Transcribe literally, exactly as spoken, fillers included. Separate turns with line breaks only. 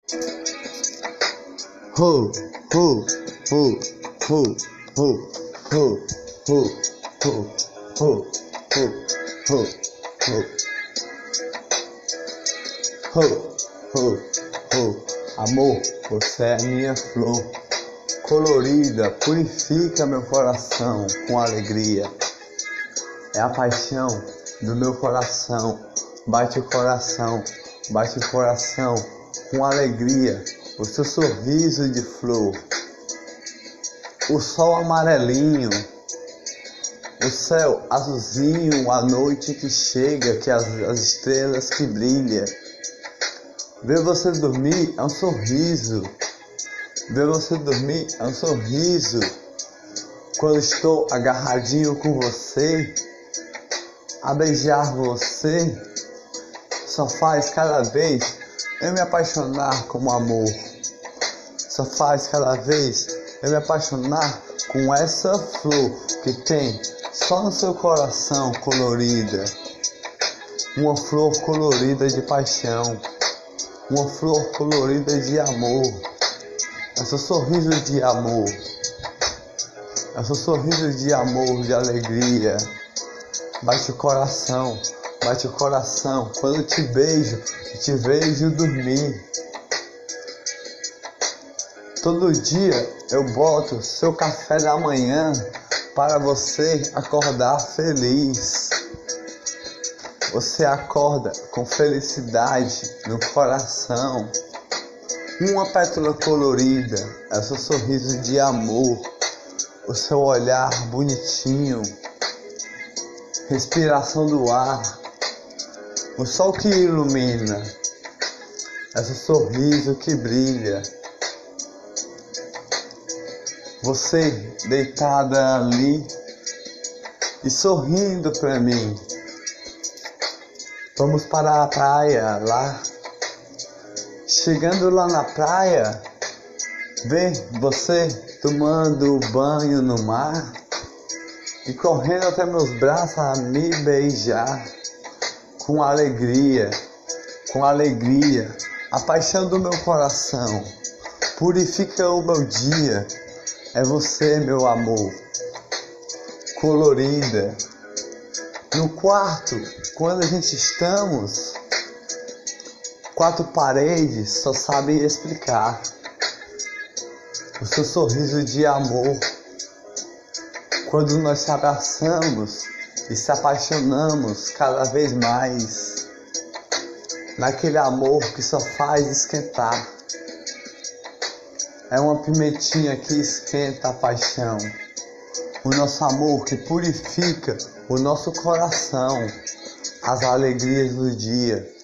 Ho, ho, ho, ho, ho, ho, ho, ho, ho, ho, ho, ho, ho, ho, ho. Amor, você é minha flor colorida, purifica meu coração com alegria. É a paixão do meu coração, bate o coração, bate o coração com alegria. O seu sorriso de flor, o sol amarelinho, o céu azulzinho, a noite que chega, que as, as estrelas que brilham. Ver você dormir é um sorriso, ver você dormir é um sorriso. Quando estou agarradinho com você, a beijar você, só faz cada vez eu me apaixonar como amor. Só faz cada vez eu me apaixonar com essa flor que tem só no seu coração colorida. Uma flor colorida de paixão, uma flor colorida de amor. É seu sorriso de amor, é seu sorriso de amor, de alegria. Bate o coração, bate o coração quando eu te beijo e te vejo dormir. Todo dia eu boto seu café da manhã para você acordar feliz. Você acorda com felicidade no coração. Uma pétala colorida é seu sorriso de amor, o seu olhar bonitinho, respiração do ar, o sol que ilumina, é seu sorriso que brilha. Você deitada ali e sorrindo pra mim. Vamos para a praia lá. Chegando lá na praia, ver você tomando banho no mar e correndo até meus braços a me beijar com alegria, com alegria. A paixão do meu coração purifica o meu dia. É você, meu amor, colorida. No quarto, quando a gente estamos, quatro paredes só sabem explicar o seu sorriso de amor. Quando nós se abraçamos e se apaixonamos cada vez mais, naquele amor que só faz esquentar. É uma pimentinha que esquenta a paixão. O nosso amor que purifica o nosso coração. As alegrias do dia.